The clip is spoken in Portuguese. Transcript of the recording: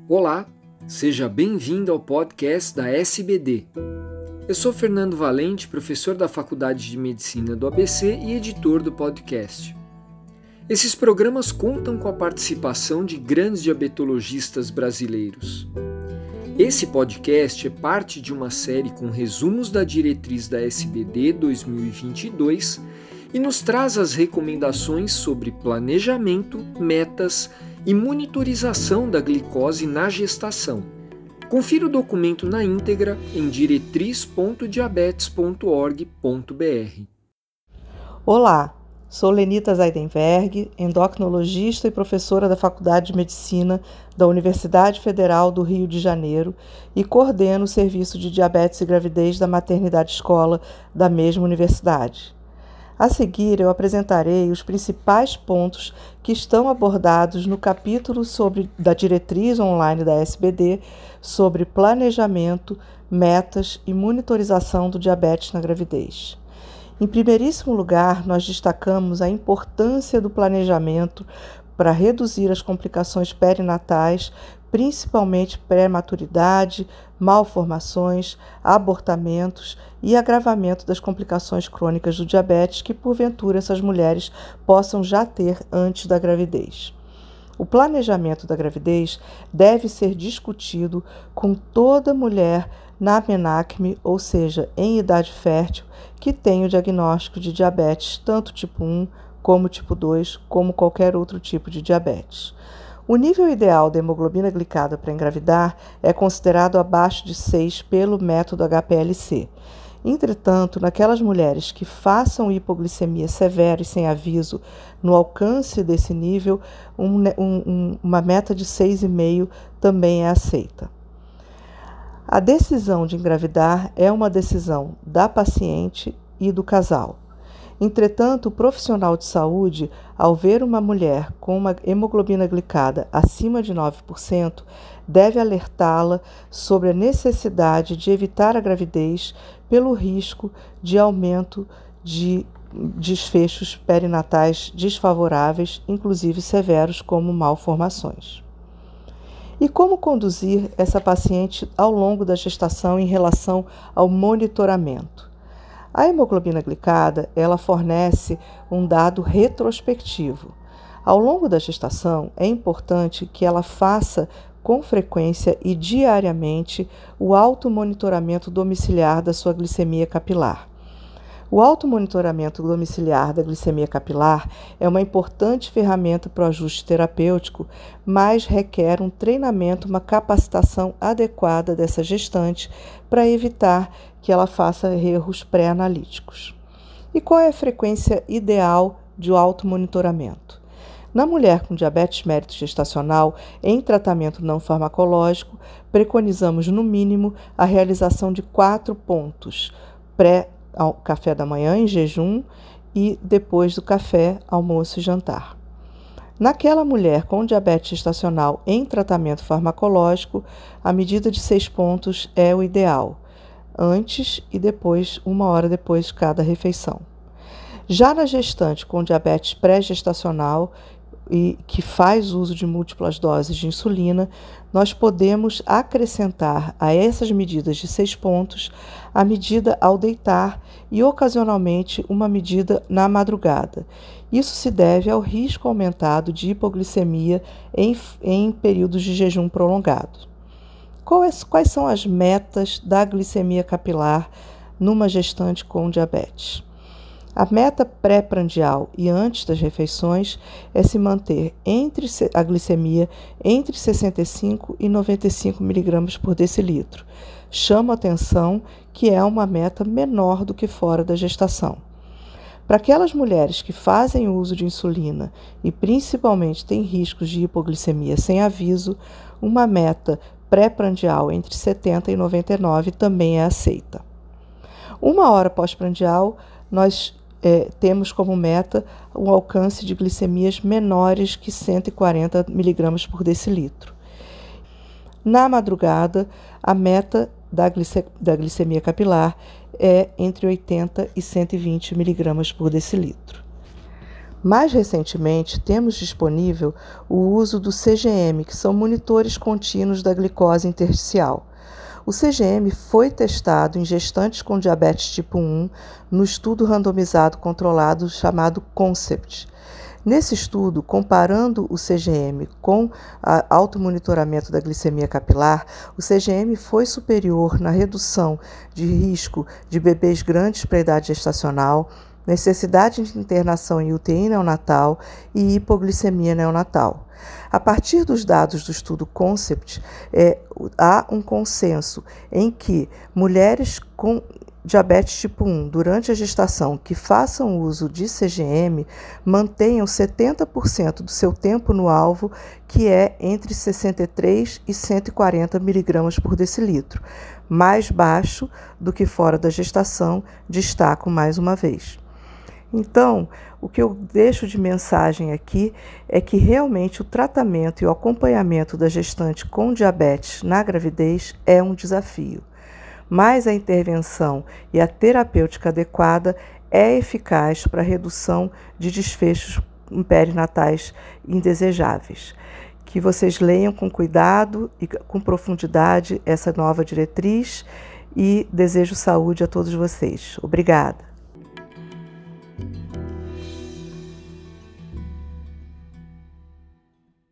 Olá, seja bem-vindo ao podcast da SBD. Eu sou Fernando Valente, professor da Faculdade de Medicina do ABC e editor do podcast. Esses programas contam com a participação de grandes diabetologistas brasileiros. Esse podcast é parte de uma série com resumos da diretriz da SBD 2022 e nos traz as recomendações sobre planejamento, metas e monitorização da glicose na gestação. Confira o documento na íntegra em diretriz.diabetes.org.br. Olá, sou Lenita Zaidenberg, endocrinologista e professora da Faculdade de Medicina da Universidade Federal do Rio de Janeiro e coordeno o serviço de diabetes e gravidez da maternidade escola da mesma universidade. A seguir, eu apresentarei os principais pontos que estão abordados no capítulo da diretriz online da SBD sobre planejamento, metas e monitorização do diabetes na gravidez. Em primeiríssimo lugar, nós destacamos a importância do planejamento para reduzir as complicações perinatais, principalmente prematuridade, malformações, abortamentos e agravamento das complicações crônicas do diabetes que, porventura, essas mulheres possam já ter antes da gravidez. O planejamento da gravidez deve ser discutido com toda mulher na menacme, ou seja, em idade fértil, que tem o diagnóstico de diabetes, tanto tipo 1 como tipo 2, como qualquer outro tipo de diabetes. O nível ideal da hemoglobina glicada para engravidar é considerado abaixo de 6 pelo método HPLC. Entretanto, naquelas mulheres que façam hipoglicemia severa e sem aviso, no alcance desse nível, uma meta de 6,5 também é aceita. A decisão de engravidar é uma decisão da paciente e do casal. Entretanto, o profissional de saúde, ao ver uma mulher com uma hemoglobina glicada acima de 9%, deve alertá-la sobre a necessidade de evitar a gravidez pelo risco de aumento de desfechos perinatais desfavoráveis, inclusive severos, como malformações. E como conduzir essa paciente ao longo da gestação em relação ao monitoramento? A hemoglobina glicada, ela fornece um dado retrospectivo. Ao longo da gestação, é importante que ela faça com frequência e diariamente o automonitoramento domiciliar da sua glicemia capilar. O automonitoramento domiciliar da glicemia capilar é uma importante ferramenta para o ajuste terapêutico, mas requer um treinamento, uma capacitação adequada dessa gestante para evitar que ela faça erros pré-analíticos. E qual é a frequência ideal de automonitoramento? Na mulher com diabetes mellitus gestacional, em tratamento não farmacológico, preconizamos no mínimo a realização de 4 pontos ao café da manhã em jejum e depois do café, almoço e jantar. Naquela mulher com diabetes gestacional em tratamento farmacológico, a medida de 6 pontos é o ideal, antes e depois, 1 hora depois de cada refeição. Já na gestante com diabetes pré-gestacional e que faz uso de múltiplas doses de insulina, nós podemos acrescentar a essas medidas de 6 pontos a medida ao deitar e, ocasionalmente, uma medida na madrugada. Isso se deve ao risco aumentado de hipoglicemia em períodos de jejum prolongado. Quais são as metas da glicemia capilar numa gestante com diabetes? A meta pré-prandial e antes das refeições é se manter a glicemia entre 65 e 95 mg por decilitro. Chama atenção que é uma meta menor do que fora da gestação. Para aquelas mulheres que fazem uso de insulina e principalmente têm riscos de hipoglicemia sem aviso, uma meta pré-prandial entre 70 e 99 também é aceita. 1 hora pós-prandial, nós temos como meta um alcance de glicemias menores que 140 mg por decilitro. Na madrugada, a meta da glicemia capilar é entre 80 e 120 mg por decilitro. Mais recentemente, temos disponível o uso do CGM, que são monitores contínuos da glicose intersticial. O CGM foi testado em gestantes com diabetes tipo 1 no estudo randomizado controlado chamado CONCEPT. Nesse estudo, comparando o CGM com o automonitoramento da glicemia capilar, o CGM foi superior na redução de risco de bebês grandes para a idade gestacional, necessidade de internação em UTI neonatal e hipoglicemia neonatal. A partir dos dados do estudo CONCEPT, há um consenso em que mulheres com diabetes tipo 1 durante a gestação que façam uso de CGM mantenham 70% do seu tempo no alvo, que é entre 63 e 140 mg por decilitro, mais baixo do que fora da gestação, destaco mais uma vez. Então, o que eu deixo de mensagem aqui é que realmente o tratamento e o acompanhamento da gestante com diabetes na gravidez é um desafio, mas a intervenção e a terapêutica adequada é eficaz para a redução de desfechos perinatais indesejáveis. Que vocês leiam com cuidado e com profundidade essa nova diretriz e desejo saúde a todos vocês. Obrigada.